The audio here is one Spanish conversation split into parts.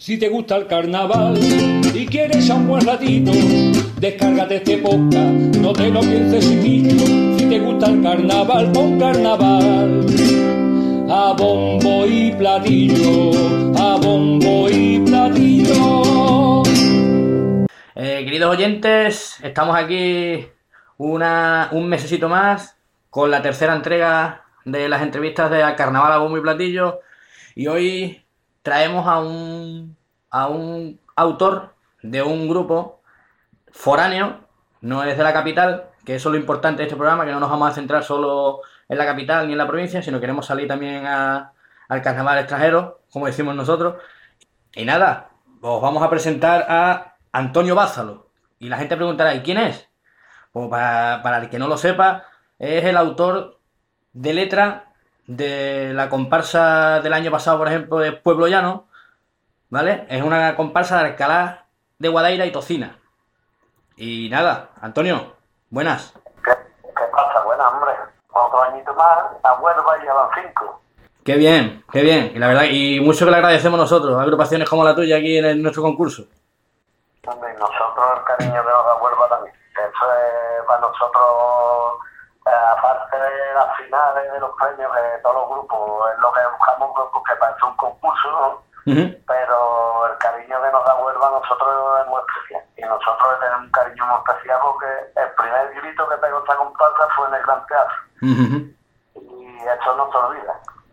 Si te gusta el carnaval y quieres a un buen ratito, descárgate este podcast, no te lo pienses chiquillo. Si te gusta el carnaval, pon carnaval. A bombo y platillo, a bombo y platillo. Queridos oyentes, estamos aquí un mesecito más con la tercera entrega de las entrevistas de Carnaval a bombo y platillo, y hoy traemos a un autor de un grupo foráneo, no es de la capital, que eso es lo importante de este programa, que no nos vamos a centrar solo en la capital ni en la provincia, sino queremos salir también al carnaval extranjero, como decimos nosotros. Y nada, os vamos a presentar a Antonio Bázalo. Y la gente preguntará, ¿y quién es? Pues para el que no lo sepa, es el autor de letra de la comparsa del año pasado, por ejemplo, de Pueblo Llano, ¿vale? Es una comparsa de Alcalá de Guadaira y Tocina. Y nada, Antonio, buenas. ¿Qué pasa? Buenas, hombre. Otro añito más, a Huelva y ya van 5. Qué bien, qué bien. Y la verdad, y mucho que le agradecemos nosotros, a agrupaciones como la tuya aquí en nuestro concurso. Hombre, y nosotros el cariño que nos da Huelva también. Eso es para nosotros, aparte de las finales, de los premios, de todos los grupos, es lo que buscamos, porque parece un concurso, ¿no? Pero el cariño que nos da Huelva a nosotros es muy especial. Y nosotros tenemos un cariño muy especial porque el primer grito que pegó esta comparsa fue en el Gran Teatro. Y eso no se olvida.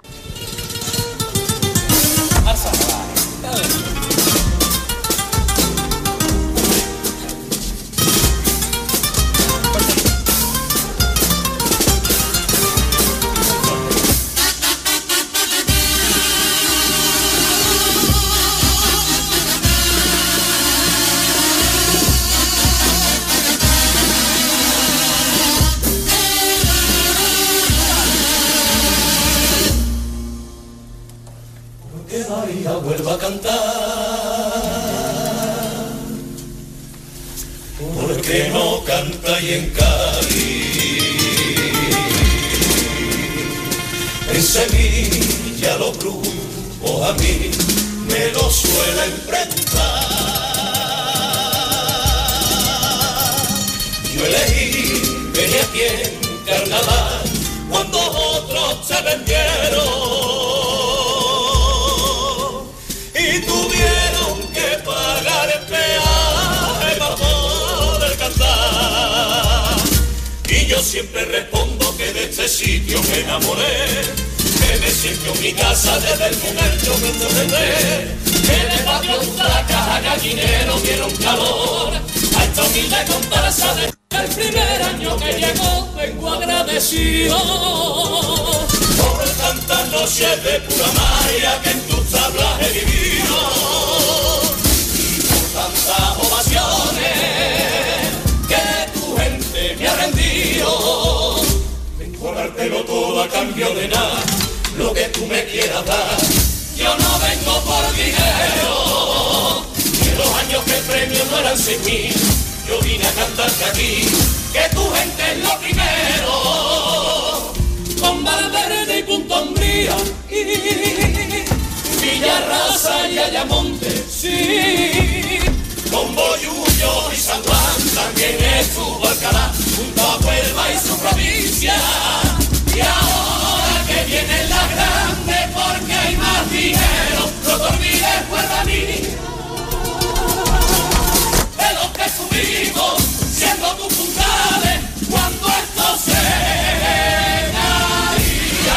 Vuelva a cantar, porque no canta y en Cádiz, en Sevilla los grupos a mí me lo suelen preguntar. Yo elegí venir aquí en carnaval cuando otros se vendieron y tuvieron que pagar el peaje para poder cantar. Y yo siempre respondo que de este sitio me enamoré, que me siento en mi casa desde el momento que entré, que de patio la caja gallinero dieron calor a esta humilde comparsa de el primer año que llegó. Vengo agradecido por tantas noches de pura magia que en tus tablas he vivido, y por tantas ovaciones que tu gente me ha rendido. Vengo a dártelo todo a cambio de nada, lo que tú me quieras dar. Yo no vengo por dinero, que los años que el premio no eran 6.000. Yo vine a cantarte aquí, que tu gente es lo primero. Con Valverde y Punta Umbría, Villarraza y Ayamonte, sí. Con Boyullo y San Juan también estuvo Alcalá, junto a Huelva y su provincia. Y ahora que vienen las grandes porque hay más dinero, no te olvides, Huelva mía, de los que estuvimos siendo tus puntales cuando esto se caía.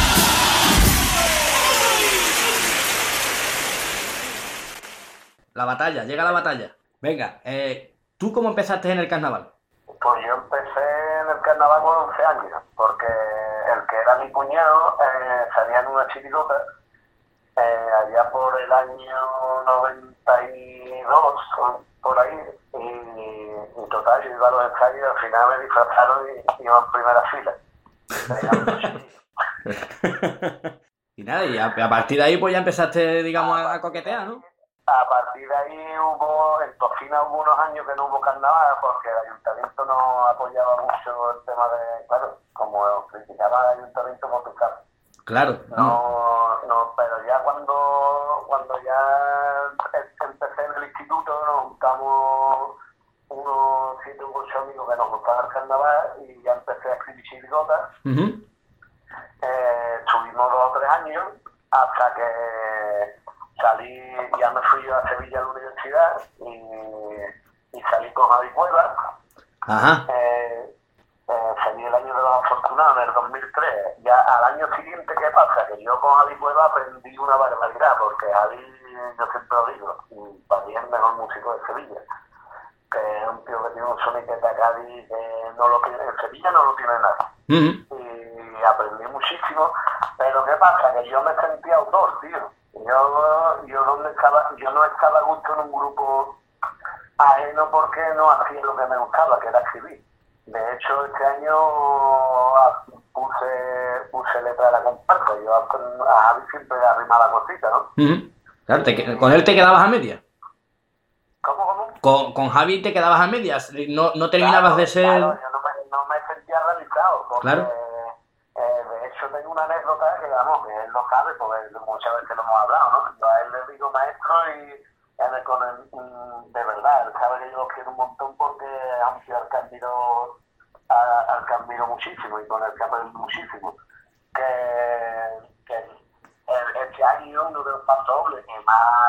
La batalla, llega la batalla. Venga, ¿tú cómo empezaste en el carnaval? Pues yo empecé en el carnaval con 11 años, porque el que era mi cuñado salía en una chirigota allá por el año 92, por ahí, y total, yo iba a los ensayos, al final me disfrazaron y iba en primera fila. Y nada, y a partir de ahí pues ya empezaste, digamos, a coquetear, ¿no? A partir de ahí en Tocina hubo unos años que no hubo carnaval porque el ayuntamiento no apoyaba mucho el tema de, claro, como criticaba el ayuntamiento por tu casa. Claro. No, pero ya cuando ya chirigotas. Uh-huh. Estuvimos 2 o 3 años hasta que salí, ya me fui a Sevilla a la universidad y salí con Javi Cuevas. Ajá. Salí el año de los afortunados, en el 2003. Ya al año siguiente, ¿qué pasa? Que yo con Javi Cuevas aprendí una barbaridad, porque Javi, yo siempre lo digo, para mí es el mejor músico de Sevilla. Que es un tío que tiene un sonido de Cádiz que no lo tiene, en Sevilla no lo tiene nada. Uh-huh. Y aprendí muchísimo, pero ¿qué pasa? Que yo me sentía autor, tío. Yo no estaba a gusto en un grupo ajeno porque no hacía lo que me gustaba, que era escribir. De hecho, este año puse letra de la comparsa. Yo a Javi siempre le arrimaba cositas, ¿no? Uh-huh. Claro, ¿con él te quedabas a medias? ¿Cómo? Con Javi te quedabas a medias, no terminabas claro, de ser... Claro, yo no me sentía realizado, porque claro. De hecho tengo una anécdota que, vamos, que él lo sabe, porque muchas veces lo hemos hablado, ¿no? Yo a él le digo maestro y de verdad, él sabe que yo lo quiero un montón porque aunque al que admiro muchísimo y con el que aprendo muchísimo. Este año uno de los pasos que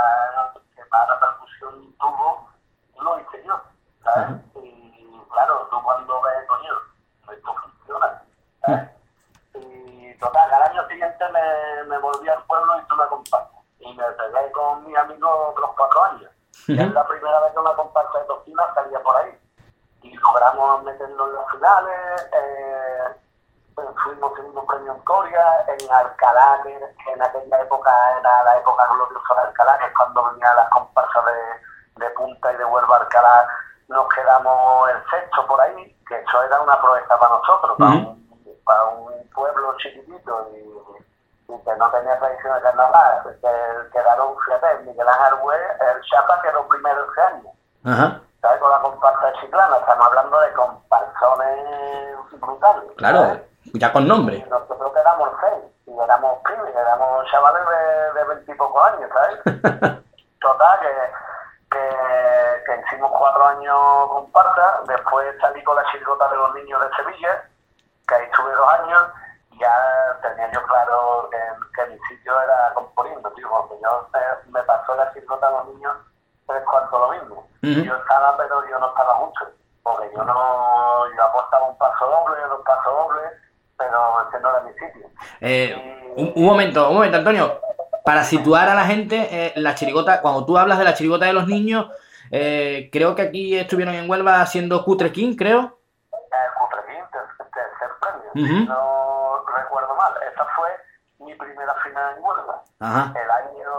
más repercusión tuvo, lo hice yo, ¿sabes? Uh-huh. Y claro, tú cuando ves, coño, esto funciona, ¿sabes? Uh-huh. Y total, al año siguiente me volví al pueblo y hice una comparsa. Y me pegué con mi amigo otros 4 años. Uh-huh. Y es la primera vez que una comparsa de Tocina salía por ahí. Y logramos meternos en las finales, fuimos teniendo un premio en Coria, en Alcalá, que en aquella época era la época gloriosa de Alcalá, que es cuando venían las comparsas de Punta y de Huelva Alcalá, nos quedamos el sexto por ahí, que eso era una proeza para nosotros, uh-huh. para un pueblo chiquitito y que no tenía tradición de carnaval. Quedaron, fíjate, Miguel Ángel Güey, el Chapa quedó primero ese año. Ajá. ¿Sabes? Con la comparsa de Chiclana, estamos hablando de comparsones brutales. Claro, ¿sabes? Ya con nombre. Y nosotros quedamos 6, y éramos pibes, éramos chavales de 20 y pocos años, ¿sabes? Total, que hicimos 4 años comparsa, después salí con la chirigota de los niños de Sevilla, que ahí estuve 2 años, y ya tenía yo claro que mi sitio era componiendo, tío, porque yo me pasó la chirigota de los niños 3 cuartos lo mismo. Uh-huh. Yo estaba, pero yo no estaba mucho, porque yo aportaba un paso doble, 2 pasos dobles, pero ese no era mi sitio. Un momento, Antonio. Para situar a la gente, la chirigota, cuando tú hablas de la chirigota de los niños, creo que aquí estuvieron en Huelva haciendo Cutre King, creo. Cutre King, tercer premio, uh-huh. Si no recuerdo mal. Esa fue mi primera final en Huelva. Ajá. El año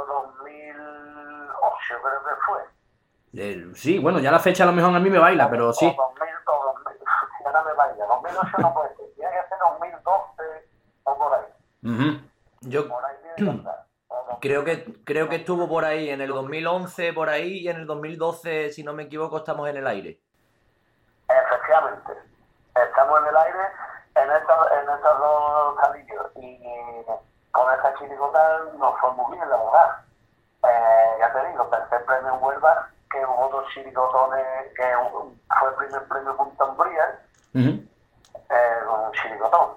2008 creo que fue. Sí, bueno, ya la fecha a lo mejor a mí me baila, pero sí. 2000, ahora me baila. 2008 no puede ser. Tiene que ser 2012 o por ahí. Uh-huh. Yo por ahí tiene que estar. creo que estuvo por ahí en el 2011, por ahí, y en el 2012, si no me equivoco, estamos en el aire. Efectivamente. Estamos en el aire en estos 2 salillos. Y con esa chirigota nos fue muy bien, la verdad. Ya te digo, tercer premio en Huelva, que hubo 2 chirigotones, que fue el primer premio Punta Umbría, uh-huh. Con un chirigotón.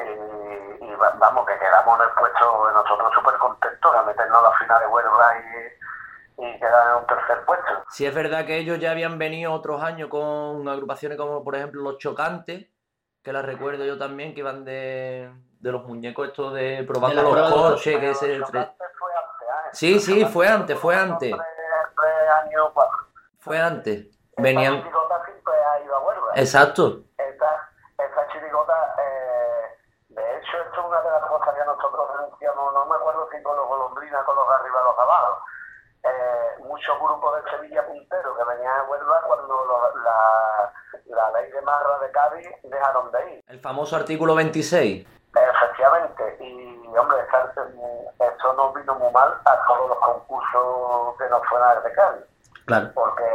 Y vamos, que quedamos en el puesto, nosotros súper contentos de meternos a la final de Huelva y quedar en un tercer puesto. Sí, es verdad que ellos ya habían venido otros años con agrupaciones como, por ejemplo, Los Chocantes, que las recuerdo yo también, que iban de los muñecos estos de probando de los coches, que ese... ese... Fue antes, Sí, fue antes. 3 años, 4. Fue antes. Venían... Esta chirigota siempre ha ido a Huelva. Exacto. Esta chirigota, de hecho, esto es una de las cosas que nosotros denunciamos, no me acuerdo si con los golondrinas, con los de arriba, los de abajo. Muchos grupos de Sevilla punteros que venían a Huelva cuando la ley de Marra de Cádiz dejaron de ir. El famoso artículo 26. Efectivamente, y hombre, esto nos vino muy mal a todos los concursos que nos fueran de Cádiz. Claro.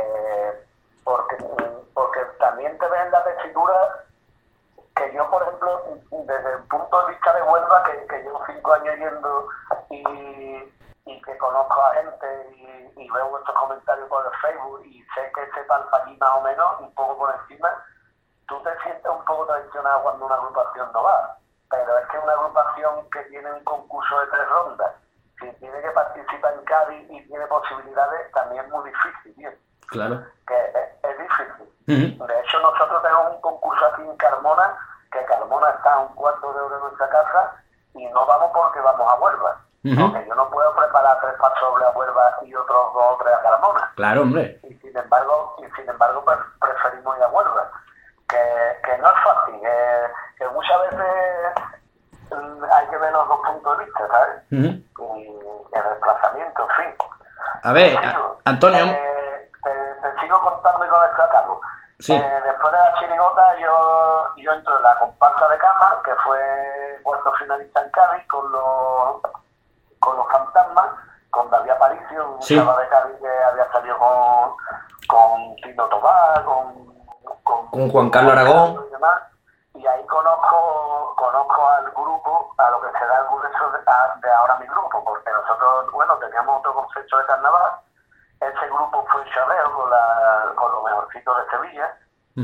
Porque también te ven la tesitura que yo, por ejemplo, desde el punto de vista de Huelva, que llevo 5 años yendo y que conozco a gente y veo estos comentarios por el Facebook y sé que sepan allí más o menos, un poco por encima, tú te sientes un poco traicionado cuando una agrupación no va, pero es que una agrupación que tiene un concurso de 3 rondas, si tiene que participar en Cádiz y tiene posibilidades, también es muy difícil, tío. Claro. Que es difícil. De hecho, nosotros tenemos un concurso aquí en Carmona, que Carmona está a un cuarto de hora de nuestra casa, y no vamos porque vamos a Huelva. Porque yo no puedo preparar 3 pasobles a Huelva y otros 2 o 3 a Carmona. Claro, hombre. Y sin embargo preferimos ir a Huelva. Que no es fácil, que muchas veces hay que ver los 2 puntos de vista, ¿sabes? Y el desplazamiento, en fin. A ver, Antonio. Te sigo contando y con esto acabo. Sí. Después de la chirigota yo entro en la comparsa de cama, que fue cuarto finalista en Cádiz con los fantasmas, con David Aparicio, un chaval de Cádiz que había salido con Tino Tobar, con Juan Carlos Aragón. Y demás. Y ahí conozco al grupo, a lo que será el grueso de ahora mi grupo, porque nosotros, teníamos otro concepto de carnaval. Ese grupo fue chaveo con los mejorcitos de Sevilla,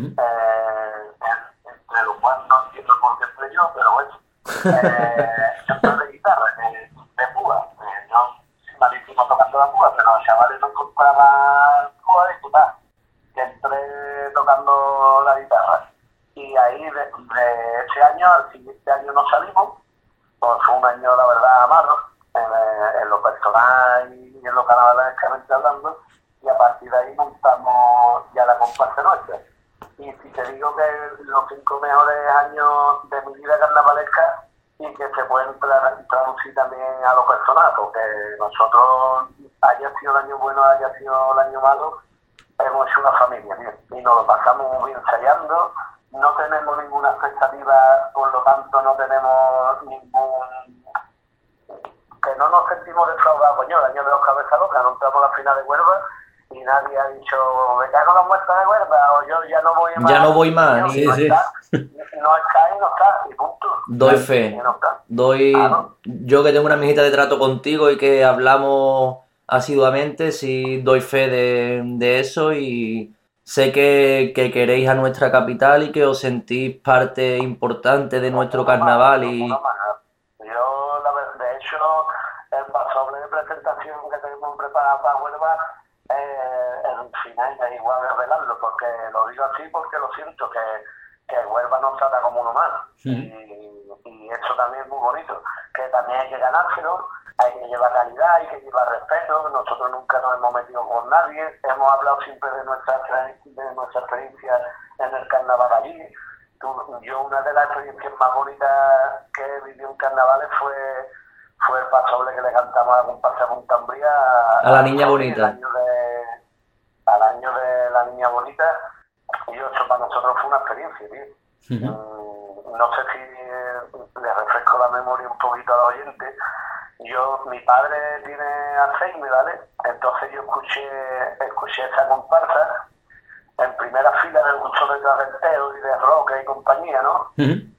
entre los cuales no entiendo por qué entré yo, pero bueno, yo estoy de guitarra, de púa, yo malísimo tocando la púa, pero los chavales no encontraban púa y total, que entré tocando la guitarra. Y ahí de ese año, al siguiente año no salimos, pues fue un año la verdad malo, en lo personal y en los carnavales que me estoy hablando, y a partir de ahí montamos ya la comparsa nuestra. Y si te digo que los 5 mejores años de mi vida carnavalesca y que se pueden traducir también a lo personal, porque nosotros, haya sido el año bueno, haya sido el año malo, hemos hecho una familia, ¿sí? Y nos lo pasamos muy bien ensayando, no tenemos ninguna expectativa, por lo tanto no tenemos que no nos sentimos defraudados. Coño, el año de los cabezas locas, no entramos a la final de Huelva y nadie ha dicho, me cago en la muestra de Huelva, o yo ya no voy más. Ya no voy más. No, Sí. no está y no está, y punto. Doy fe. Y no está. Yo que tengo una amiguita de trato contigo y que hablamos asiduamente, sí doy fe de eso, y sé que queréis a nuestra capital y que os sentís parte importante de nuestro carnaval. Yo, de hecho, el pasoble de presentación que tenemos preparado para Huelva, en final es igual revelarlo, porque lo digo así porque lo siento, que Huelva nos trata como uno más. Y eso también es muy bonito, que también hay que ganárselo, hay que llevar calidad, hay que llevar respeto. Nosotros nunca nos hemos metido con nadie, hemos hablado siempre de nuestra experiencia en el carnaval allí. Yo una de las experiencias más bonitas que viví en carnavales fue el pasoble que le cantamos a la comparsa Montambría a la Niña Bonita. Al año de la Niña Bonita, y eso para nosotros fue una experiencia, tío. No sé si le refresco la memoria un poquito a los oyentes. Mi padre tiene Alzheimer, ¿vale? Entonces yo escuché esa comparsa en primera fila del gusto de carreteo y de rock y compañía, ¿no?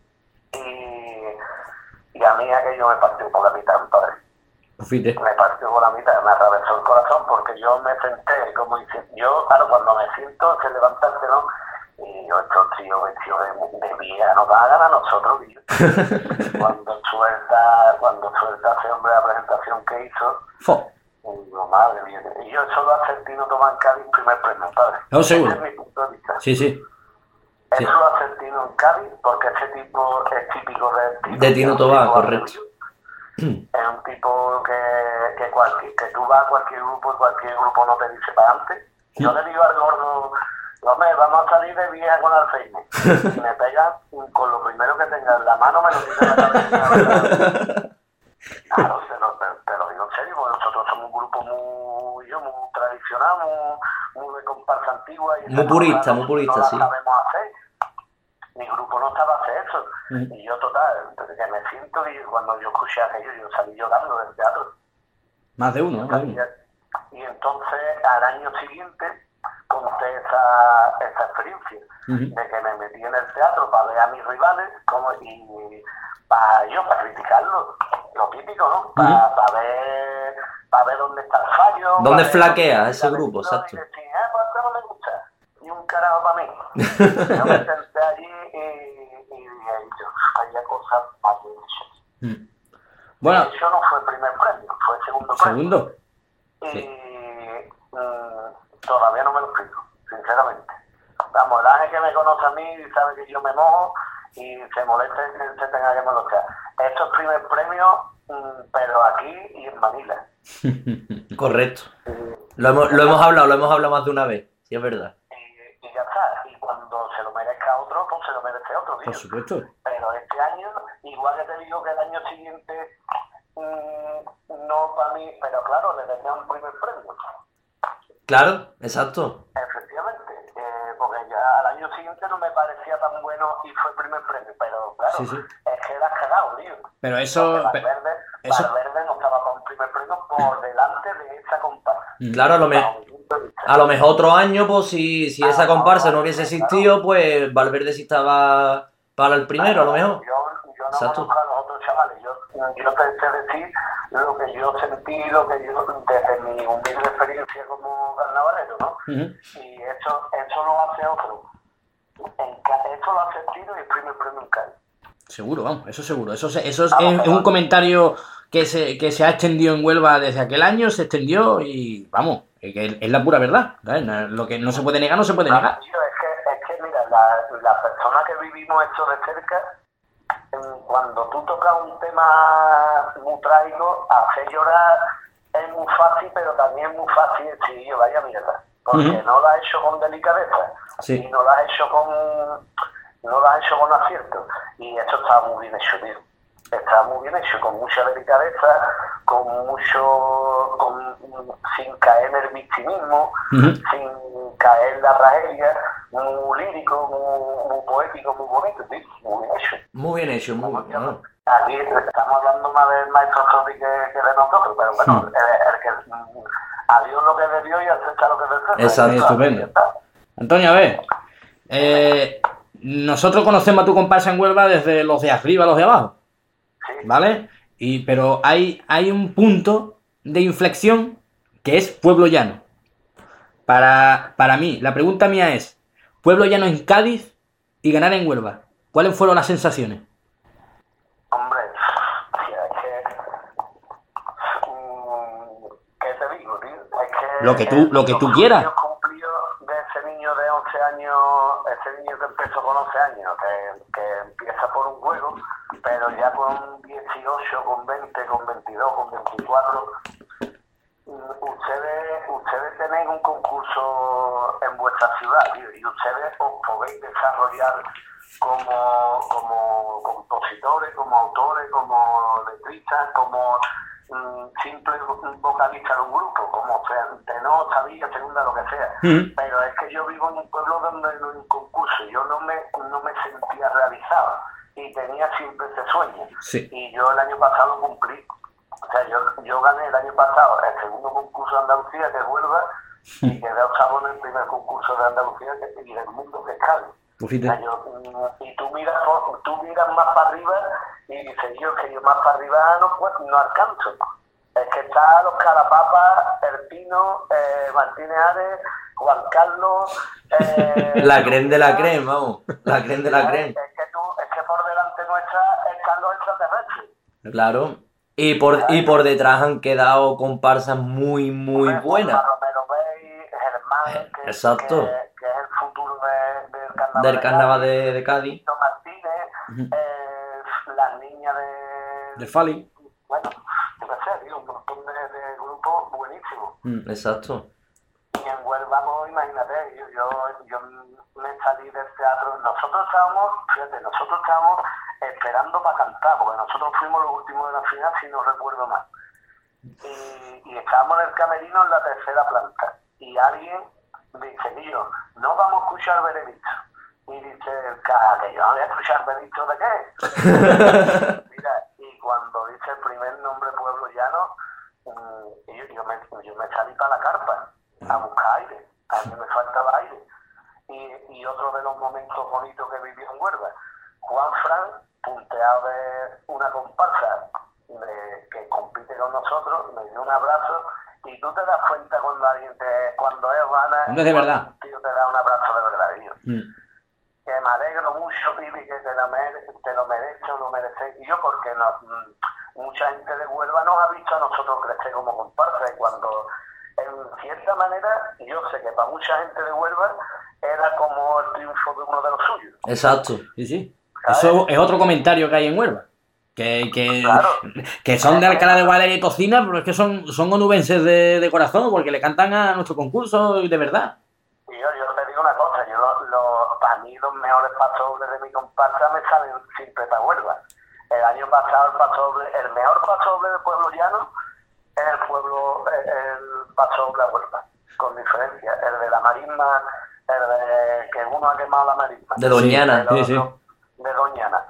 Y a mí aquello me partió por la mitad, mi padre. Me partió por la mitad, me atravesó el corazón, porque yo me senté, como dice, claro, cuando me siento, se levantarse, ¿no? Y yo, estos tíos vestidos de vieja, nos van a ganar a nosotros, tío. Cuando suelta ese hombre la presentación que hizo, y digo, madre mía, y yo solo a Tino Tobar en Cádiz primer premio, padre. No, seguro. Ese es mi punto de vista. Sí. Eso lo hace Tino en Cádiz, porque ese tipo es típico de Tino Tobar, correcto. Es un tipo que tú vas a cualquier grupo y cualquier grupo no te dice para adelante. Yo le digo al gordo, hombre, vamos a salir de vieja con Alzheimer. Y me pegan con lo primero que tenga en la mano, me lo quita en la cabeza. Claro, te lo digo en serio, porque nosotros somos un grupo muy tradicional, muy de comparsa antigua. Y muy purista, no sí. la sabemos hacer. Mi grupo no estaba a hacer eso. Y yo, total, que me siento, y cuando yo escuché aquello, yo salí llorando del teatro. Más de uno, Y entonces, al año siguiente, conté esa experiencia de que me metí en el teatro para ver a mis rivales y para criticarlo, lo típico, ¿no? Para ver dónde está el fallo. ¿Dónde flaquea ese grupo? Exacto. Y decir, ¿por qué no me gusta? Y un carajo para mí. Yo me senté allí Bueno, Eso no fue el primer premio, fue el segundo premio. segundo. Y Sí. todavía no me lo explico, sinceramente. Vamos, la gente que me conoce a mí sabe que yo me mojo y se molesta que se tenga que molestar. Esto es primer premio, pero aquí y en Manila. Correcto. Lo hemos hablado más de una vez, sí, es verdad. Y ya está. Y cuando se lo merezca otro, pues se lo merece otro, tío. Por supuesto. Pero este año, igual que te digo que el año siguiente, no para mí, pero claro, le tenía un primer premio. Claro, exacto. Efectivamente, porque ya al año siguiente no me parecía tan bueno y fue el primer premio, pero claro, Sí, sí. es que era cagado, tío. Pero eso... Porque Valverde no estaba con un primer premio por delante de esa comparsa. Claro, Bajo mi punto de vista. a lo mejor otro año, pues si esa comparsa no hubiese existido, pues Valverde sí estaba para el primero, a lo mejor. Yo no Exacto. conozco a los otros chavales, yo te sé decir lo que yo sentí, lo que yo, desde mi humilde experiencia como carnavalero, ¿no? Y eso lo hace otro. Eso lo hace el Tino y el primer premio en Cádiz. Seguro, vamos, eso seguro. Eso es un comentario que se ha extendido en Huelva desde aquel año, se extendió y, vamos, que es la pura verdad, ¿sabes? Lo que no se puede negar, no se puede negar. Tío, es que mira, las personas que vivimos esto de cerca, cuando tú tocas un tema muy trágico, hacer llorar es muy fácil, pero también es muy fácil decir, yo vaya mierda, porque no lo has hecho con delicadeza, Sí. y no lo has hecho con acierto, y esto está muy bien hecho, tío. Está muy bien hecho, con mucha delicadeza, sin caer en el victimismo, sin caer en la tragedia, muy lírico, muy poético, muy bonito, tío, muy bien hecho. Muy bien hecho, muy bien. ¿No? Aquí estamos hablando más del maestro Sofi que de nosotros, pero bueno, el que a Dios lo que debió y acepta lo que debió. Exacto. Estupendo. Antonio, a ver, nosotros conocemos a tu comparsa en Huelva desde los de arriba a los de abajo, Sí. ¿vale? Pero hay un punto de inflexión que es Pueblo Llano. Para mí, la pregunta mía es, Pueblo Llano en Cádiz y ganar en Huelva, ¿cuáles fueron las sensaciones? Hombre, tía, es que... ¿qué te digo, tío? Es que... Lo que tú quieras. Los cumplidos de ese niño de 11 años, ese niño que empezó con 11 años, que empieza por un juego, pero ya con 18, con 20, con 22, con 24... Ustedes tenéis un concurso en vuestra ciudad, tío, y ustedes os podéis desarrollar como compositores, como autores, como letristas, como simples vocalistas de un grupo, como tenor, sabilla, segunda, lo que sea. Pero es que yo vivo en un pueblo donde no hay un concurso, yo no me sentía realizado y tenía siempre ese sueño. Sí. Y yo el año pasado cumplí. O sea, yo gané el año pasado el segundo concurso de Andalucía, que es Huelva, y quedé octavo en el primer concurso de Andalucía y del mundo, que es Cádiz. O sea, y tú miras más para arriba y dices, que yo más para arriba no alcanzo. Es que está los Carapapas, El Pino, Martínez Ares, Juan Carlos... La creme de la creme, vamos. La creme de la creme. Es que por delante nuestra están los extraterrestres. Claro. Y por detrás han quedado comparsas muy, muy buenas. Romero Bey, Germán, Exacto. que es el futuro del carnaval de Cádiz. Tito Martínez, las niñas De Fali. Bueno, yo qué sé, tío, un montón de grupos buenísimos. Exacto. Y en Huelva, pues, imagínate, yo me salí del teatro. Nosotros estábamos esperando para cantar, porque nosotros fuimos los últimos de la final, si no recuerdo mal. Y estábamos en el camerino en la tercera planta. Y alguien dice, tío, no vamos a escuchar Veredicto. Y dice el caja, que yo no voy a escuchar Veredicto de qué. Mira, y cuando dice el primer nombre Pueblo Llano, yo me salí para la carpa a buscar aire. A mí me faltaba aire. Y otro de los momentos bonitos que viví en Huelva, Juan Fran, punteado de una comparsa que compite con nosotros, me dio un abrazo y tú te das cuenta cuando cuando es gana, No es de verdad. un tío te da un abrazo de verdad, tío. Que me alegro mucho, Pipi, que te lo mereces o lo mereces. Y yo, porque mucha gente de Huelva nos ha visto a nosotros crecer como comparsa, y cuando, en cierta manera, yo sé que para mucha gente de Huelva era como el triunfo de uno de los suyos. Exacto. Sí, sí. ¿Sabes? Eso es otro comentario que hay en Huelva. Claro. Que son de Alcalá de Guadaira y Tocina, pero es que son onubenses de corazón, porque le cantan a nuestro concurso de verdad. Y yo te digo una cosa, para mí los mejores pasodobles de mi comparsa me salen siempre para Huelva. El año pasado el mejor pasodoble del pueblo llano es el pasodoble a Huelva, con diferencia. El de la marisma, el de que uno ha quemado la marisma. De Doñana. Sí, sí. De Doñana.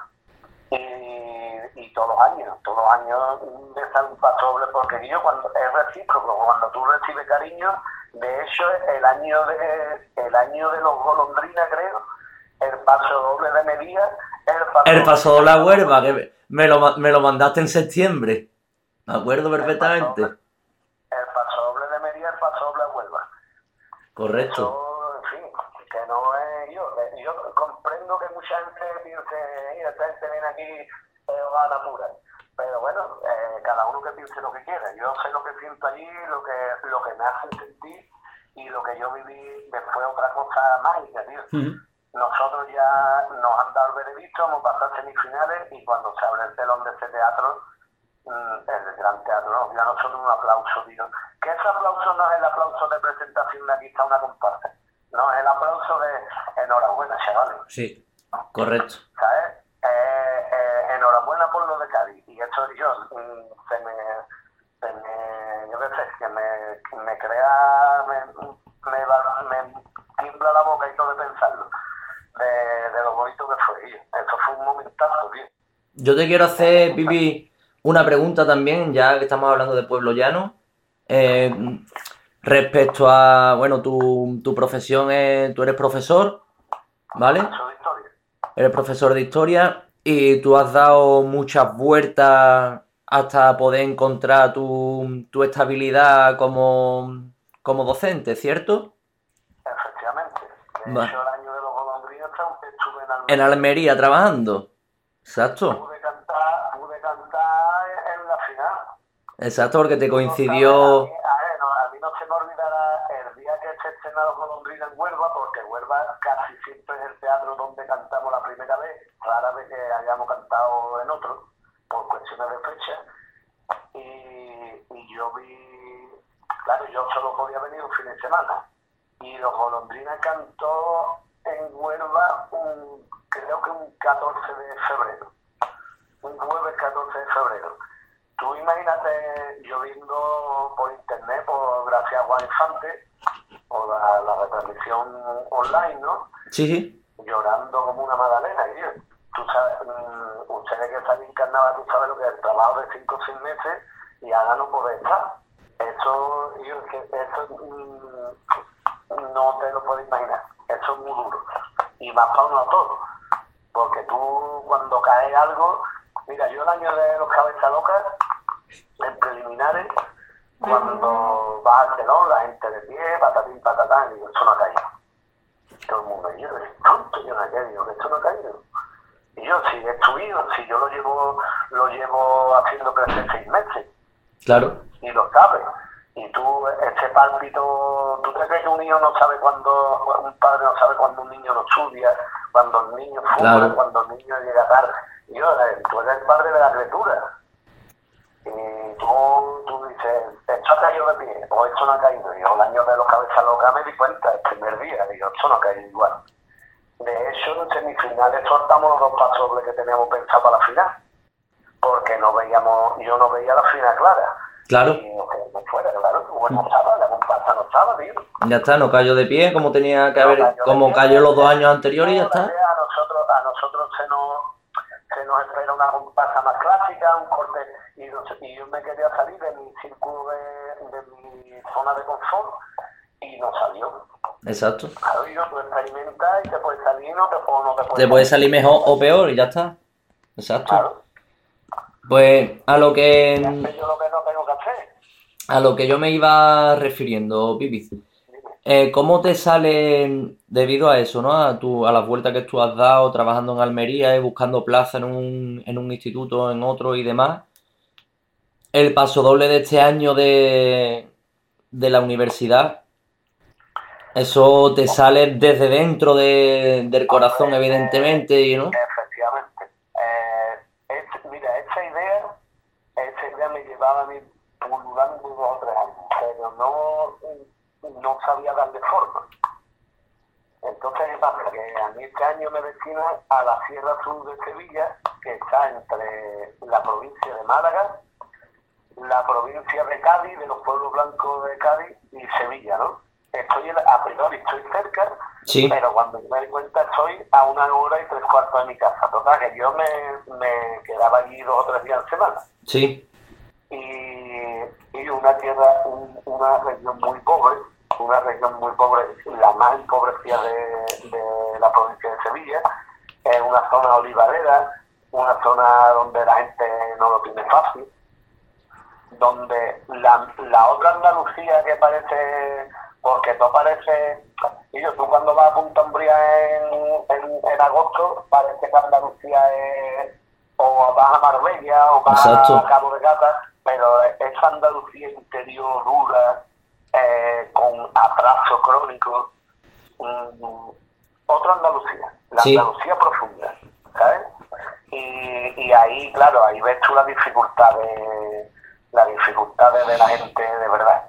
Y todos los años me sale un pasodoble, porque yo cuando es recíproco, cuando tú recibes cariño, de hecho el año de los golondrinas, creo, el pasodoble de Medía, El pasodoble a Huelva, que me lo mandaste en septiembre. Me acuerdo perfectamente. El pasodoble de Medía, el pasodoble a Huelva. Correcto. Eso, en fin, que no es yo comprendo que mucha gente piense, mira, esta gente viene aquí gana pura, pero bueno, cada uno que piense lo que quiera. Yo sé lo que siento allí, lo que me hace sentir, y lo que yo viví fue otra cosa mágica, tío. Nosotros ya nos han dado el veredicto, hemos pasado a semifinales, y cuando se abre el telón de ese teatro, el gran teatro, nos dio a nosotros un aplauso, tío. Que ese aplauso no es el aplauso de presentación de aquí está una comparsa, no, es el aplauso de enhorabuena, chavales. Sí. Correcto. ¿Sabes? Enhorabuena por lo de Cádiz. Y eso yo, yo qué sé, que me crea, me tiembla la boca y todo de pensarlo, de lo bonito que fue. Y eso fue un momentazo, tío. Yo te quiero hacer, Pipi, una pregunta también, ya que estamos hablando de Pueblo Llano. Respecto a, bueno, tu profesión es, tú eres profesor, ¿vale? Eso de historia. Eres profesor de historia y tú has dado muchas vueltas hasta poder encontrar tu estabilidad como docente, ¿cierto? Efectivamente. De Va. hecho, el año de los golondrinos estuve en Almería. En Almería trabajando. Exacto. Pude cantar en la final. Exacto, porque te A coincidió... mí no se me olvidará el día que se estrenó Golondrina en Huelva, porque Huelva casi siempre es el teatro donde cantamos la primera vez, rara vez que hayamos cantado en otro, por cuestiones de fecha. Y yo vi, claro, yo solo podía venir un fin de semana. Y los Golondrina cantó en Huelva creo que un 14 de febrero. Un jueves 14 de febrero. Tú imagínate yo viendo por internet, gracias a Juan Infante, por la retransmisión online, ¿no? Sí, sí. Llorando como una magdalena. Y yo, tú sabes, ustedes que están en carnaval, tú sabes lo que es el trabajo de 5 o 6 meses y ahora no poder estar. Eso no te lo puedes imaginar. Eso es muy duro. Y más para uno a todos. Porque tú, cuando cae algo... Mira, yo el año de los cabezas locas, en preliminares, cuando vas al telón, la gente de pie, patatín, patatán, y digo, esto no ha caído. Todo el mundo, y yo, tonto, yo no he caído, que esto no ha caído. Y yo, si he subido, si yo lo llevo haciendo crecer 6 meses. Claro. Y lo sabes. Y tú, ese pálpito, ¿tú te crees que un niño no sabe cuándo, un padre no sabe cuándo un niño no estudia, cuando el niño fuma, Claro. cuando el niño llega tarde? Y yo, tú eres el padre de la criatura. Y tú dices, esto ha caído de pie, o esto no ha caído. Y yo el año de los cabezas locas me di cuenta, el primer día, digo, esto no ha caído igual. De hecho, en semifinales soltamos los 2 pasodobles que teníamos pensado para la final. Porque yo no veía la final clara. Claro. Y no fuera, claro, bueno, estaba, la comparsa no estaba, tío. Ya está, no cayó de pie como tenía que No haber, cayó de como pie. cayó los 2 años anteriores y ya está. A nosotros se nos espera una comparsa más clásica, un corte, y yo me quería salir de mi círculo, de mi zona de confort, y no salió. Exacto. Claro, y tú experimentas y te puedes salir, no te Te puede salir mejor o peor y ya está. Exacto. Claro. Pues a lo que Ya sé yo lo que no tengo que hacer. yo me iba refiriendo, Pipi. Dime. ¿Cómo te sale debido a eso, ¿no? A las vueltas que tú has dado trabajando en Almería y buscando plaza en un instituto, en otro y demás? El paso doble de este año de la universidad, eso te sale desde dentro del corazón, evidentemente, ¿no? Efectivamente. Mira, esa idea me llevaba a mí pululando 2 o 3 años, pero no sabía darle forma. Entonces, ¿qué pasa? Que a mí este año me destina a la Sierra Sur de Sevilla, que está entre la provincia de Málaga, la provincia de Cádiz, de los pueblos blancos de Cádiz y Sevilla, ¿no? A priori estoy cerca, Sí. pero cuando me di cuenta estoy a 1 hora y 3/4 de mi casa. Total, que yo me quedaba allí 2 o 3 días en semana. Sí. Y una tierra, una región muy pobre, la más empobrecida de la provincia de Sevilla. Es una zona olivarera, una zona donde la gente no lo tiene fácil, donde la otra Andalucía que parece, porque tú parece, tú cuando vas a Punta Umbría en agosto, parece que Andalucía es, o vas a Marbella o vas Exacto. a Cabo de Gata, pero esa Andalucía interior dura, con atraso crónico, otra Andalucía, la Sí. Andalucía profunda, ¿sabes? Y ahí, claro, ahí ves tú las dificultades de la gente de verdad.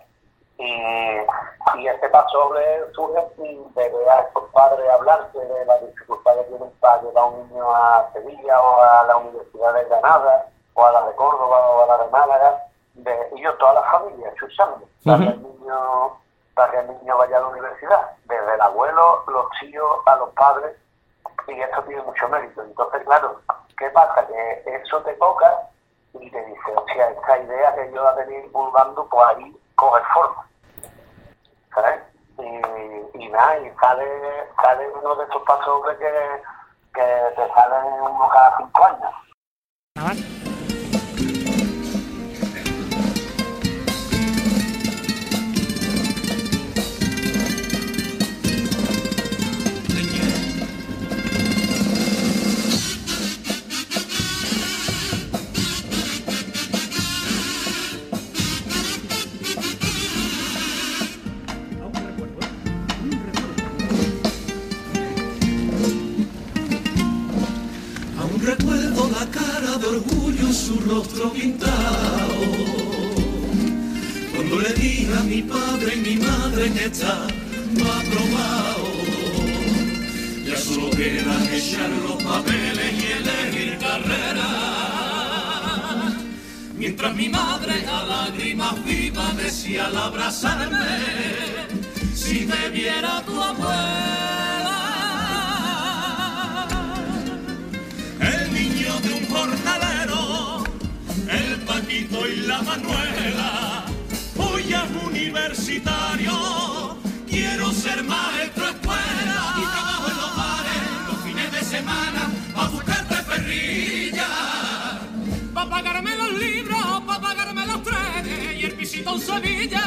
Y este paso surge de ver a estos padres hablarse de las dificultades que tienen para llevar a un niño a Sevilla o a la Universidad de Granada o a la de Córdoba o a la de Málaga, y yo toda la familia escuchando para que el niño vaya a la universidad, desde el abuelo, los tíos, a los padres, y esto tiene mucho mérito. Entonces, claro, ¿qué pasa? Que eso te toca y te dice, hostia, esta idea que yo la tenía impulgando, pues ahí coge forma, ¿sabes? Y nada, y sale uno de esos pasos que te salen uno cada 5 años. Aún recuerdo la cara de orgullo, su rostro pintado, cuando le dije a mi padre y mi madre que estaba aprobado. Ya solo queda echar los papeles y elegir carrera, mientras mi madre a lágrimas vivas decía al abrazarme, si te viera tu abuela. El niño de un jornalero, el Paquito y la Manuela, hoy es universitario, quiero ser maestro escuela. Y trabajo en los bares los fines de semana pa' buscarte perrilla, pa' pagarme los libros, pa' pagarme los trenes y el pisito en Sevilla.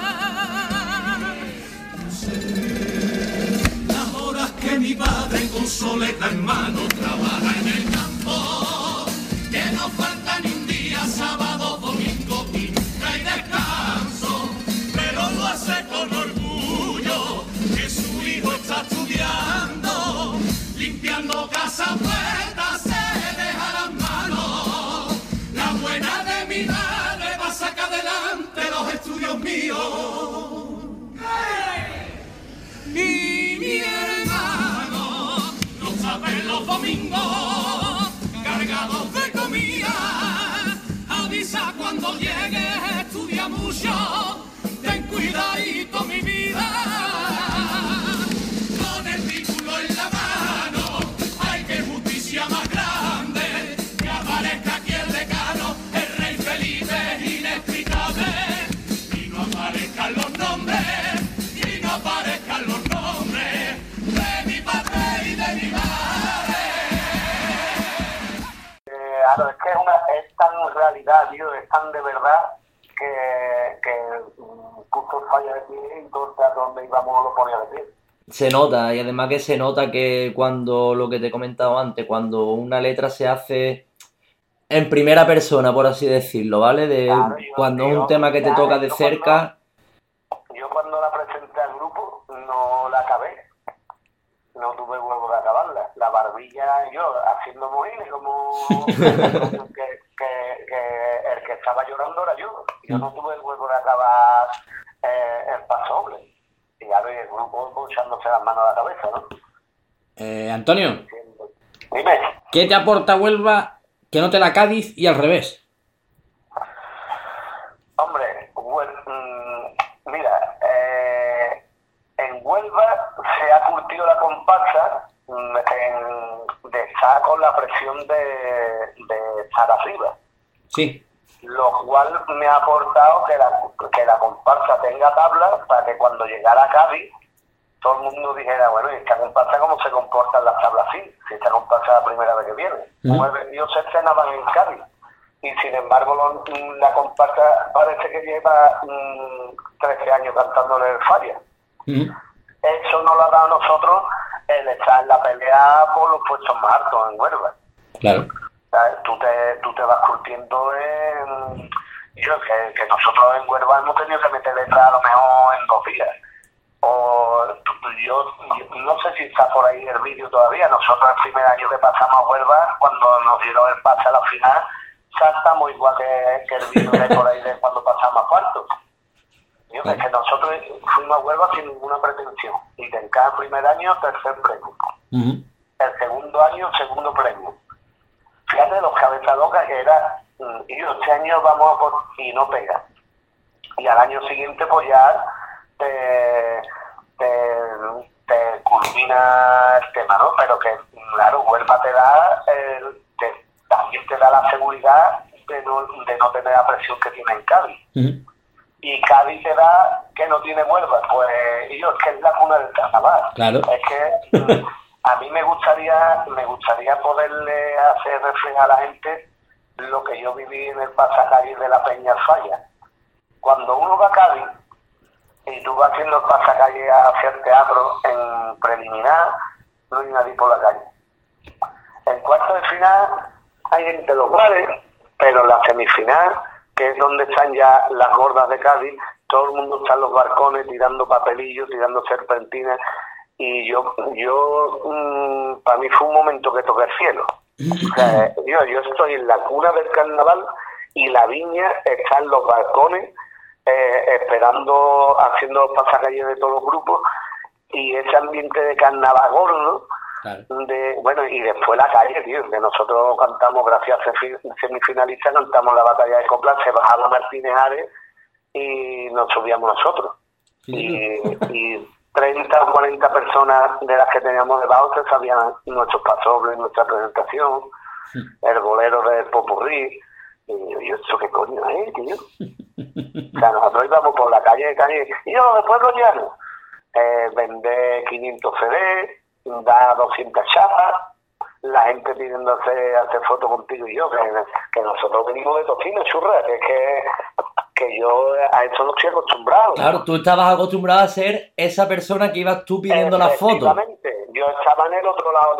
No sé las horas que mi padre con soleta en mano trabaja en el campo, que no falta ni un día, sábado, domingo, pinta y descanso, pero lo hace con orgullo, que su hijo está estudiando, limpiando casa, puertas, se deja las manos, la buena de mi madre va a sacar adelante los estudios míos. Y mi hermano no sabe los domingos cargados de comida, avisa cuando llegue, estudia mucho, ten cuidadito mi vida. Con el título en la mano, hay que justicia más grande, que aparezca aquí el decano, el rey Felipe inexplicable, y no aparezcan los nombres, y no aparezcan los nombres de mi padre y de mi madre. Claro, es que es tan realidad, tío, es tan de verdad, que justo falla de pie y todo el teatro donde íbamos lo ponía de pie. Se nota, y además que se nota que cuando, lo que te he comentado antes, cuando una letra se hace en primera persona, por así decirlo, ¿vale? Claro, Cuando es un tema que te toca de cerca... Yo cuando la presenté al grupo no la acabé, no tuve huevo de acabarla. La barbilla, yo haciendo mojines como que el que estaba llorando era yo. Yo no tuve el huevo de acabar el pasoble. Y a ver, el grupo echándose las manos a la cabeza, ¿no? Antonio, Dime. ¿qué te aporta Huelva que no te da Cádiz y al revés? Hombre, mira, en Huelva se ha curtido la comparsa de estar con la presión de estar arriba. Sí. Lo cual me ha aportado que la comparsa tenga tablas para que cuando llegara a Cádiz todo el mundo dijera, bueno, ¿y esta comparsa cómo se comportan las tablas así? Si esta comparsa es la primera vez que viene. Pues vendió se estrenaban en Cádiz. Y sin embargo la comparsa parece que lleva 13 años cantándole el falla. Eso nos lo ha dado a nosotros el estar en la pelea por los puestos más altos en Huelva. Claro. Tú te vas curtiendo en... que nosotros en Huelva hemos tenido que meter letra a lo mejor en 2 días. O yo no sé si está por ahí el vídeo todavía. Nosotros el primer año que pasamos a Huelva, cuando nos dieron el pase a la final, saltamos igual que el vídeo que hay por ahí de cuando pasamos a cuartos. Es que nosotros fuimos a Huelva sin ninguna pretensión. Y en cada primer año, tercer premio. El segundo año, segundo premio. Fíjate los cabezas locas que era, y este año vamos a por, y no pega. Y al año siguiente pues ya te culmina el tema, ¿no? Pero que, claro, Huelva te da, también te da la seguridad de no tener la presión que tiene en Cádiz. Y Cádiz te da que no tiene Huelva, pues es que es la cuna del carnaval. Claro. Es que a mí me gustaría poderle hacer reflejar a la gente lo que yo viví en el pasacalle de la Peña Falla. Cuando uno va a Cádiz y tú vas haciendo el pasacalle hacia el teatro en preliminar, no hay nadie por la calle. En cuarto de final hay gente en los bares, pero en la semifinal, que es donde están ya las gordas de Cádiz, todo el mundo está en los balcones tirando papelillos, tirando serpentinas, y yo para mí fue un momento que toqué el cielo. O sea, yo estoy en la cuna del carnaval y la viña está en los balcones esperando, haciendo los pasacalles de todos los grupos, y ese ambiente de carnaval gordo. Claro. Y después la calle, tío, que nosotros cantamos, gracias a semifinalistas, cantamos la batalla de coplas, se bajaba Martínez Ares y nos subíamos nosotros. Y 30 o 40 personas de las que teníamos debajo se sabían nuestros pasobles, nuestra presentación, el bolero del popurrí. Y yo, ¿eso qué coño es, tío? O sea, nosotros íbamos por la calle, y yo, después los llanos, vender 500 CDs, da 200 chapas, la gente pidiéndose hacer fotos contigo y yo, que nosotros venimos de tocino, churra, que yo a eso no estoy acostumbrado. Claro, tú estabas acostumbrado a ser esa persona que ibas tú pidiendo las fotos. Efectivamente, yo estaba en el otro lado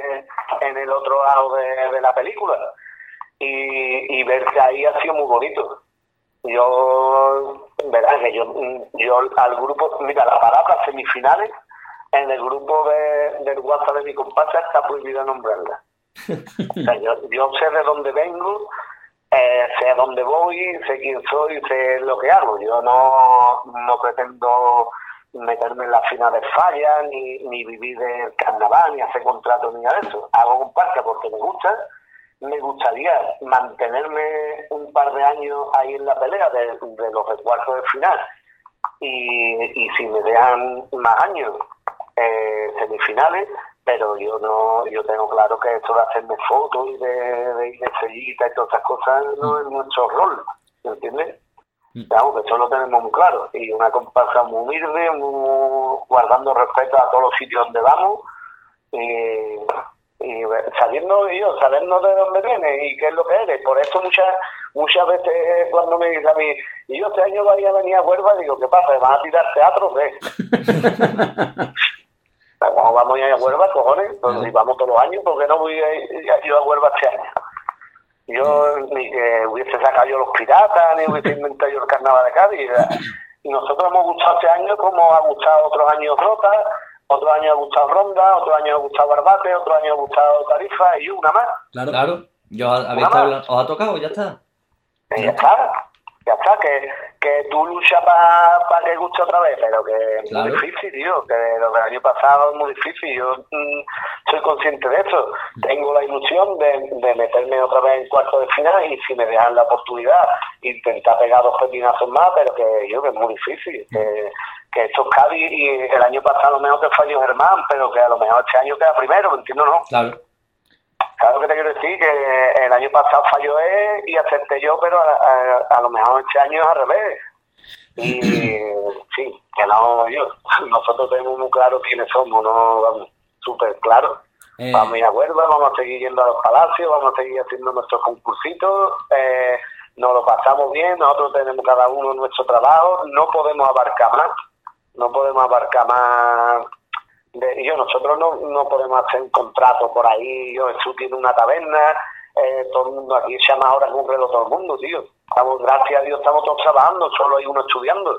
de la película, y verte ahí ha sido muy bonito. Yo, verdad que yo al grupo, mira, la parada semifinales, en el grupo del WhatsApp de mi comparsa está prohibido nombrarla. O sea, yo sé de dónde vengo, sé a dónde voy, sé quién soy, sé lo que hago. Yo no pretendo meterme en las finales fallas, ni vivir del carnaval, ni hacer contratos, ni nada de eso. Hago comparsa porque me gusta. Me gustaría mantenerme un par de años ahí en la pelea de los cuartos de final. Y si me dejan más años, semifinales, pero yo tengo claro que esto de hacerme fotos y de ir de sellita y todas esas cosas no es nuestro rol, ¿entiendes? Claro, que eso lo tenemos muy claro, y una comparsa muy humilde, guardando respeto a todos los sitios donde vamos, sabiendo sabernos de dónde vienes y qué es lo que eres. Por eso muchas veces cuando me dicen a mí, y yo este año voy a venir a Huelva, digo, ¿qué pasa? ¿Me van a tirar teatro? ¿Qué? ¿Cómo vamos a ir a Huelva, cojones? Pues si vamos todos los años, ¿por qué no voy a ir a Huelva este año? Yo ni que hubiese sacado yo los piratas, ni hubiese inventado yo el carnaval de Cádiz. Y nosotros hemos gustado este año como ha gustado otros años Rota, otro año ha gustado Ronda, otro año ha gustado Barbate, otro año ha gustado Tarifa y una más. Claro. ¿Os ha tocado? Ya está. Ya está, que tú luchas para que guste otra vez, pero que es muy difícil, tío, que lo del año pasado es muy difícil. Yo soy consciente de eso. Tengo la ilusión de meterme otra vez en cuarto de final y si me dejan la oportunidad, intentar pegar 2 pepinazos más, pero que es muy difícil. Que estos Cádiz, y el año pasado a lo mejor que falló Germán, pero que a lo mejor este año queda primero, ¿me entiendes, no? Claro. ¿Sabes lo que te quiero decir? Que el año pasado falló él y acerté yo, pero a lo mejor este año es al revés. Y sí, que nosotros tenemos muy claro quiénes somos, ¿no? Vamos, súper claro. Vamos a ir a Huelva, vamos a seguir yendo a los palacios, vamos a seguir haciendo nuestros concursitos, nos lo pasamos bien, nosotros tenemos cada uno nuestro trabajo, no podemos abarcar más. Nosotros no podemos hacer un contrato por ahí. Jesús tiene una taberna, todo el mundo aquí se llama ahora que un reloj todo el mundo, tío. Gracias a Dios estamos todos trabajando, solo hay uno estudiando.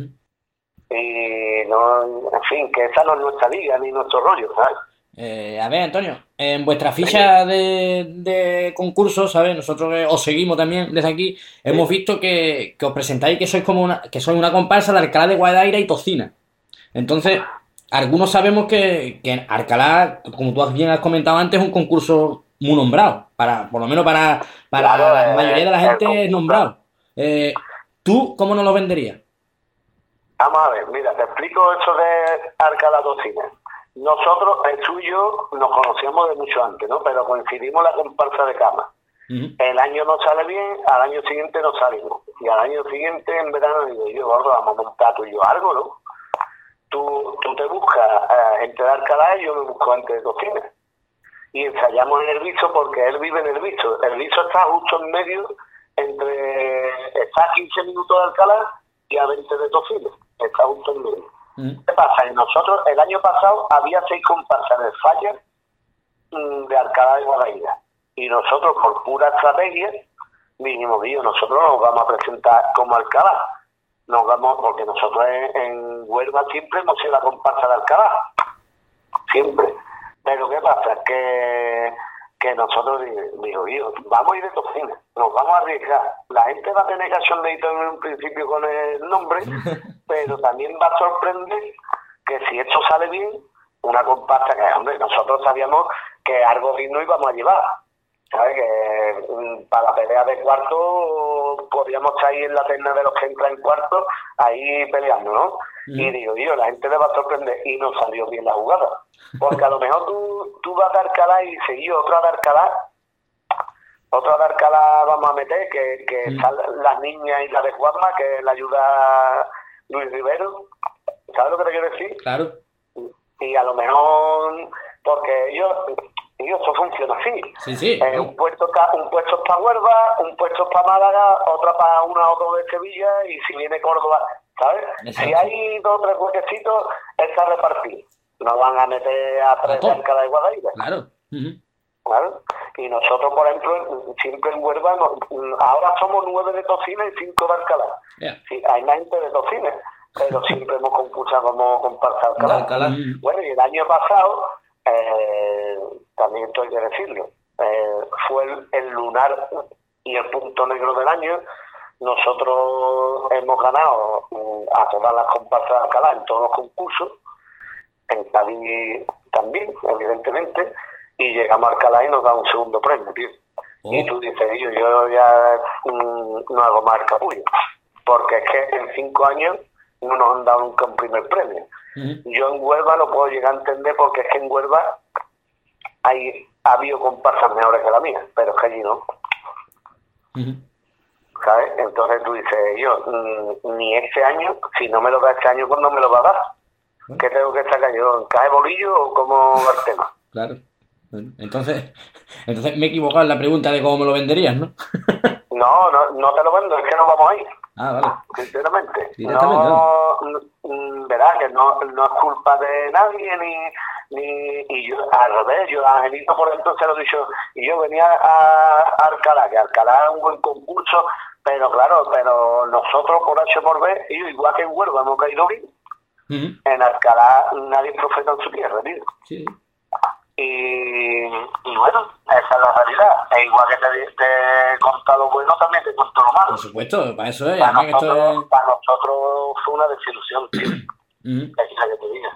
Y en fin, que esa no es nuestra liga ni nuestro rollo, ¿sabes? A ver, Antonio, en vuestra ficha de concursos, ¿sabes? Nosotros os seguimos también desde aquí, hemos visto que os presentáis que sois sois una comparsa de Alcalá de Guadaira y Tocina. Entonces, algunos sabemos que Alcalá, como tú bien has comentado antes, es un concurso muy nombrado, por lo menos para la mayoría de la gente es nombrado. ¿Tú cómo nos lo venderías? Vamos a ver, mira, te explico eso de Alcalá Tocina. Nosotros, Jesús y yo, nos conocíamos de mucho antes, ¿no? Pero coincidimos en la comparsa de cama. El año no sale bien, al año siguiente no salimos. Y al año siguiente, en verano, digo yo, gordo, vamos a montar tú y yo algo, ¿no? Tú te buscas gente de Alcalá y yo me busco gente de Tocina. Y ensayamos en el Viso porque él vive en el Viso. El Viso está justo en medio, está a 15 minutos de Alcalá y a 20 de Tocina. Está justo en medio. ¿Qué pasa? Y nosotros, el año pasado, había 6 comparsas en el Falla de Alcalá de Guadaira. Y nosotros, por pura estrategia, dijimos, nosotros nos vamos a presentar como Alcalá. Nos vamos, porque nosotros en Huelva siempre hemos sido la comparsa de Alcalá. Siempre. Pero ¿qué pasa? Que nosotros digo, vamos a ir de Tocina, nos vamos a arriesgar. La gente va a tener cachondeito en un principio con el nombre, pero también va a sorprender que si esto sale bien, una comparsa que, hombre, nosotros sabíamos que algo digno íbamos a llevar. ¿Sabes? Que para la pelea de cuarto podríamos estar ahí en la terna de los que entran en cuarto, ahí peleando, ¿no? Y digo, la gente le va a sorprender. Y no salió bien la jugada. Porque a lo mejor tú vas a Alcalá y dices, otra de Alcalá vamos a meter, que están las niñas y la de Juanma, que le ayuda Luis Rivero. ¿Sabes lo que te quiero decir? Claro. Y a lo mejor, porque eso funciona así. Sí. Un puesto es para Huelva, un puesto es para Málaga, otra para una o dos de Sevilla, y si viene Córdoba, ¿sabes? Exacto. Si hay 2 o 3 huequecitos, está repartido. No van a meter a 3 de Alcalá de Guadaira. Claro. Claro. Y nosotros, por ejemplo, siempre en Huelva, ahora somos 9 de Tocina y 5 de Alcalá. Sí, hay más gente de Tocina, pero siempre hemos concursado como comparsa Alcalá. Bueno, y el año pasado, también esto hay que decirlo, fue el lunar y el punto negro del año. Nosotros hemos ganado a todas las comparsas de Alcalá en todos los concursos, en Cádiz también, evidentemente, y llegamos a Alcalá y nos da un segundo premio, tío. Y tú dices, yo ya no hago más capullo, porque es que en 5 años no nos han dado nunca un primer premio. Yo en Huelva lo puedo llegar a entender porque es que en Huelva ha habido comparsas mejores que la mía, pero es que allí no. ¿Sabes? Entonces tú dices, ni este año, si no me lo da este año, pues no me lo va a dar. ¿Qué tengo que sacar yo? ¿Encaje bolillo o cómo va el tema? Claro. Bueno, entonces me he equivocado en la pregunta de cómo me lo venderías, ¿no? No te lo vendo, es que no vamos a ir. Ah, vale. Sinceramente. Directamente, Verás que no es culpa de nadie, y yo, al revés, yo a Angelito, por ejemplo, se lo he dicho, y yo venía a Alcalá, que Alcalá es un buen concurso, pero claro, nosotros por H por B, y igual que en Huelva hemos caído bien, en Alcalá nadie es profeta en su tierra, tío. Sí. Y bueno, esa es la realidad. E igual que te he contado lo bueno, también te cuento lo malo. Por supuesto, para eso es. Para Además nosotros fue una desilusión, tío. Es que te diga.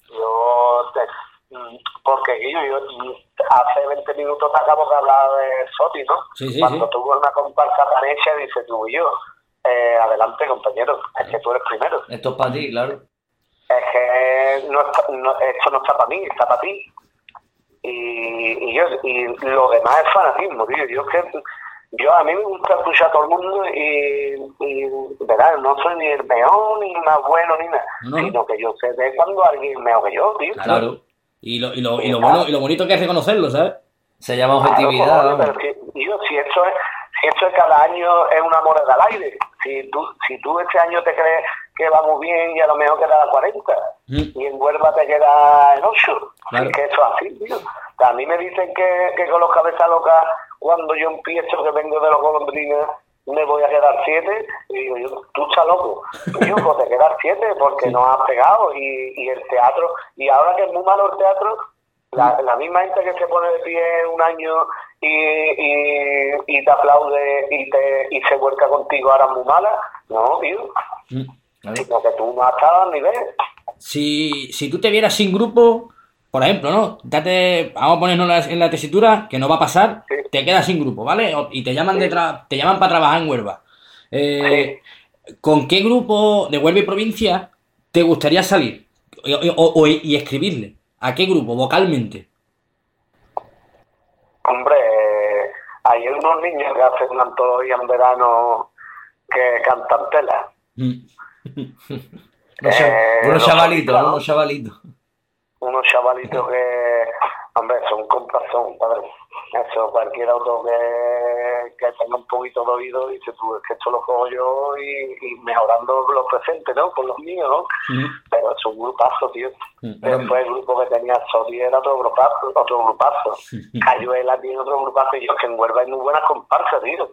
Porque yo hace 20 minutos te acabo de hablar de Soti, ¿no? Sí, Cuando tuvo una comparsa tan hecha, dice tú y yo, adelante, compañero, es que tú eres primero. Esto es para ti, claro. Es que esto no está para mí, está para ti. Y lo demás es fanatismo, tío. Yo a mí me gusta escuchar a todo el mundo y verás, no soy ni el mejor, ni más bueno, ni nada, sino que yo sé de cuando alguien es mejor que yo, tío. Claro. Y lo bueno y lo bonito que es reconocerlo, ¿sabes? Se llama objetividad. Claro, pero si esto es cada año es una moneda al aire. Si tú este año te crees que va muy bien y a lo mejor queda a 40 y en Huelva te queda en 8, claro. Es que eso es así, tío. A mí me dicen que con los cabezas locas, cuando yo empiezo, que vengo de los golondrinas, me voy a quedar 7, y digo yo, tú estás loco. Y yo, pues te quedas 7 porque no has pegado, y el teatro, y ahora que es muy malo el teatro, la misma gente que se pone de pie un año y te aplaude y se vuelca contigo ahora es muy mala, no, tío. Sino que tú no has estado al nivel. Si tú te vieras sin grupo, por ejemplo, ¿no? Vamos a ponernos en la tesitura, que no va a pasar, sí. Te quedas sin grupo, ¿vale? Y te llaman te llaman para trabajar en Huelva. Sí. ¿Con qué grupo de Huelva y provincia te gustaría salir? Y escribirle. ¿A qué grupo, vocalmente? Hombre, hay unos niños que hacen una antología en verano que cantan tela. Unos chavalitos. Unos chavalitos que, hombre, son comprazón, padre. Eso, cualquier auto que tenga un poquito de oído, dice tú, es que esto lo cojo yo y mejorando los presentes, ¿no? Con los míos, ¿no? Pero es un grupazo, tío. Después el grupo que tenía Soti era otro grupazo. Cayuela tiene otro grupazo, y yo, que en Huelva hay muy buenas comparsas, tío.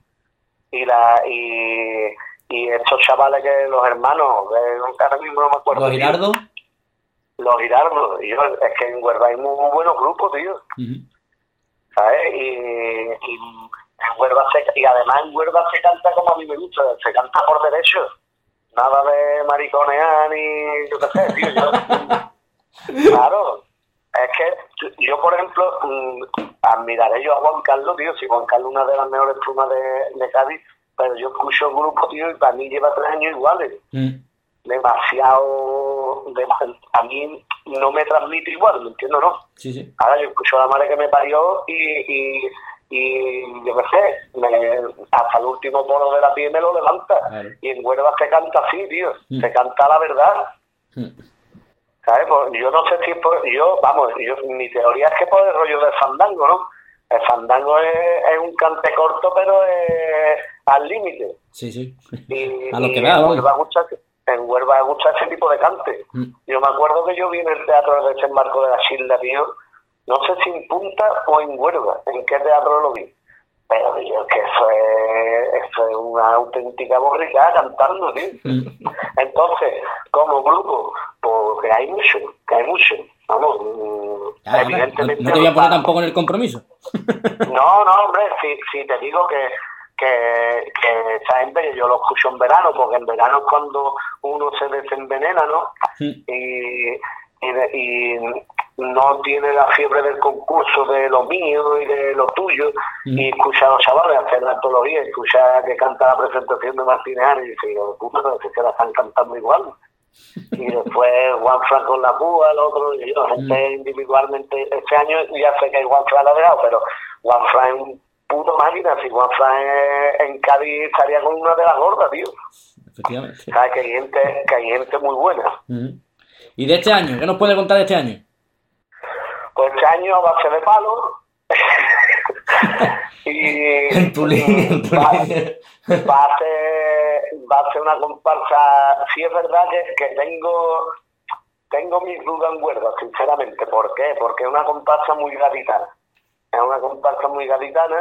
Y estos chavales que los hermanos, ahora mismo no me acuerdo. ¿Los Girardos? Los Girardos, y yo, es que en Huelva hay muy buenos grupos, tío. ¿Sabes? Y en Huelva y además en Huelva se canta como a mí me gusta, se canta por derecho. Nada de mariconear ni yo qué sé, tío. Claro. Es que yo, por ejemplo, admiraré yo a Juan Carlos, tío. Si Juan Carlos es una de las mejores plumas de Cádiz, pero yo escucho el grupo, tío, y para mí lleva 3 años iguales. Demasiado. A mí no me transmite igual, ¿me entiendo, no? Sí. Ahora yo escucho a la madre que me parió y yo qué sé, hasta el último polo de la piel me lo levanta. Claro. Y en Huelva se canta así, tío. Se canta la verdad. ¿Sabes? Pues yo no sé si mi teoría es que por el rollo del fandango, ¿no? El fandango es un cante corto, pero es al límite. Sí. Y, a lo que vea, en Huelva gusta ese tipo de cante. Yo me acuerdo que yo vi en el teatro del desembarco de la Xilda, tío, no sé si en Punta o en Huelva, en qué teatro lo vi. Pero yo, que eso es una auténtica borricada cantando, tío. Entonces, como grupo, pues que hay mucho. Vamos, evidentemente. No te voy a poner tampoco en el compromiso. No, hombre, si te digo que esa gente, yo lo escucho en verano, porque en verano es cuando uno se desenvenena, ¿no? Y no tiene la fiebre del concurso de lo mío y de lo tuyo, y escucha a los chavales hacer la antología, escucha que canta la presentación de Martínez Ares, y dice, puta, pero es que la están cantando igual. Y después Juan Fran con la púa, el otro, y yo, gente individualmente. Este año ya sé que Juan Fran lo ha dejado, pero Juan Fran es un puto máquina. Si Juan Fran en Cádiz estaría con una de las gordas, tío. Efectivamente. ¿Sabes? Que hay gente muy buena. ¿Y de este año? ¿Qué nos puede contar de este año? Pues este año a base de palos. Y En tu línea. va a ser una comparsa. Sí, es verdad que tengo mis dudas en Huelva, sinceramente. ¿Por qué? Porque es una comparsa muy gaditana. Es una comparsa muy gaditana,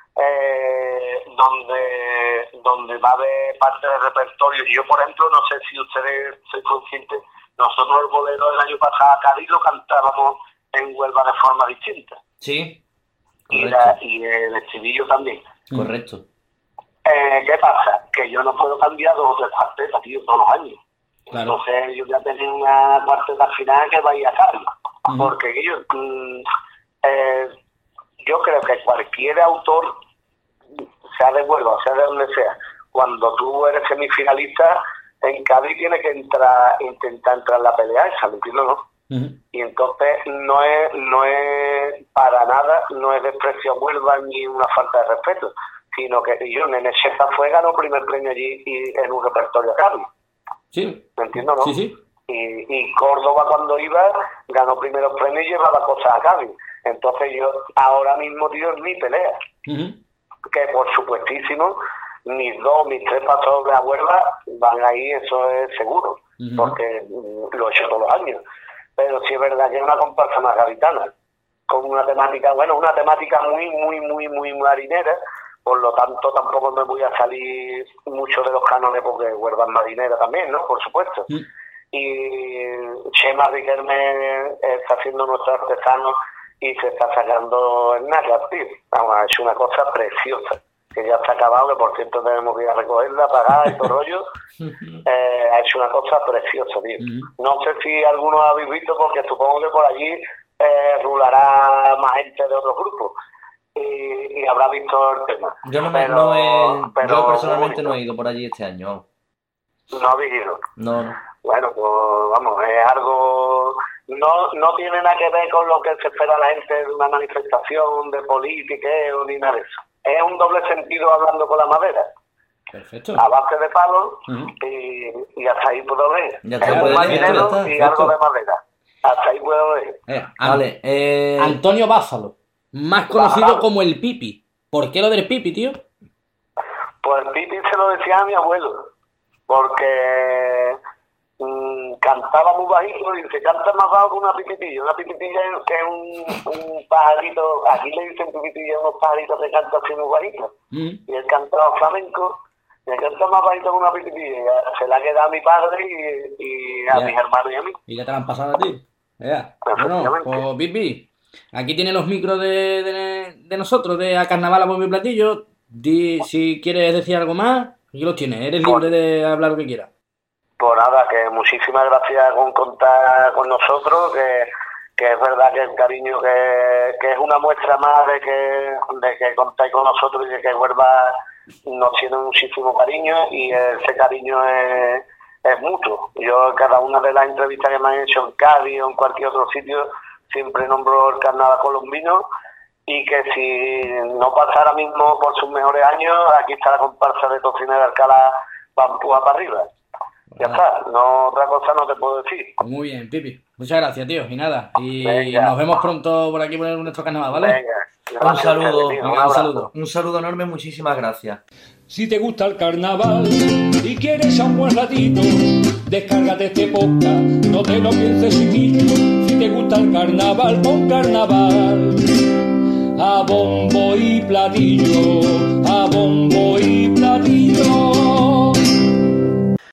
donde va a haber parte del repertorio. Yo, por ejemplo, no sé si ustedes sois conscientes, nosotros el bolero del año pasado a Cádiz lo cantábamos en Huelva de forma distinta. Sí, Y el estribillo también. correcto. ¿Qué pasa? Que yo no puedo cambiar 2 o 3 cuartetas, tío, todos los años. Claro. Entonces yo voy a tener una cuarteta final que vaya a Cádiz. Porque yo creo que cualquier autor, sea de Huelva, sea de donde sea, cuando tú eres semifinalista, en Cádiz tienes que intentar entrar en la pelea esa, ¿me entiendes, no? Y entonces no es para nada, no es desprecio a Huelva ni una falta de respeto, sino que yo, Nene Shefa fue, ganó primer premio allí y en un repertorio a Cádiz. Sí. ¿Me entiendes, no? Sí, sí. Y Córdoba, cuando iba, ganó primeros premios y llevaba cosas a Cádiz. Entonces yo ahora mismo, tío, es mi pelea. Que por supuestísimo, mis 2, mis 3 pasos a Huelva van ahí, eso es seguro, porque lo he hecho todos los años. Pero sí es verdad que es una comparsa más gaditana, con una temática, una temática muy marinera. Por lo tanto, tampoco me voy a salir mucho de los cánones, porque Huelva es marinera también, ¿no? Por supuesto. Y Chema Riquelme está siendo nuestro artesano y se está sacando el nácar, tío. Vamos, ha hecho una cosa preciosa, que ya está acabado, que por cierto tenemos que ir a recogerla, pagar y todo rollo. Ha hecho una cosa preciosa, tío. No sé si alguno habéis visto, porque supongo que por allí rulará más gente de otros grupos. Y habrá visto el tema. Yo personalmente no he ido por allí este año. ¿No habéis ido? No. Bueno, pues vamos, es algo... No tiene nada que ver con lo que se espera la gente de una manifestación, de politiqueo, ni nada de eso. Es un doble sentido hablando con la madera. Perfecto. A base de palos y hasta ahí puedo ver. Es un marinero y algo de madera. Hasta ahí puedo ver. Vale. Antonio Bázalo, más conocido como el Pipi. ¿Por qué lo del Pipi, tío? Pues el Pipi se lo decía a mi abuelo, porque cantaba muy bajito y se canta más bajo que una pipitilla. Una pipitilla es un pajarito, aquí le dicen pipitilla, unos pajaritos que cantan así muy bajito. Y él cantaba flamenco, y él canta más bajito que una pipitilla. Se la ha quedado a mi padre y a mis hermanos y a mí. Y ya te la han pasado a ti. Bueno, pues Pipi, aquí tiene los micros de nosotros, de A Carnaval a Bombo y Platillo. Si quieres decir algo más, aquí los tienes. Eres libre de hablar lo que quieras. Pues nada, que muchísimas gracias por contar con nosotros, que es verdad que el cariño, que es una muestra más de que contáis con nosotros y de que Huelva nos tiene muchísimo cariño, y ese cariño es mutuo. Yo, cada una de las entrevistas que me han hecho en Cádiz o en cualquier otro sitio, siempre nombro el carnaval colombino, y que si no pasara mismo por sus mejores años, aquí está la comparsa de Tocina de Alcalá, va empujar para arriba. Ya está, otra cosa no te puedo decir. Muy bien, Pipi. Muchas gracias, tío. Y nada, Venga. nos vemos pronto por aquí por nuestro carnaval, ¿vale? Venga, Un saludo. tío, Un saludo. Un saludo enorme, muchísimas gracias. Si te gusta el carnaval y quieres a un buen ratito, descárgate este podcast, no te lo pienses, chiquillo. Si te gusta el carnaval, pon carnaval. A bombo y platillo, a bombo y platillo.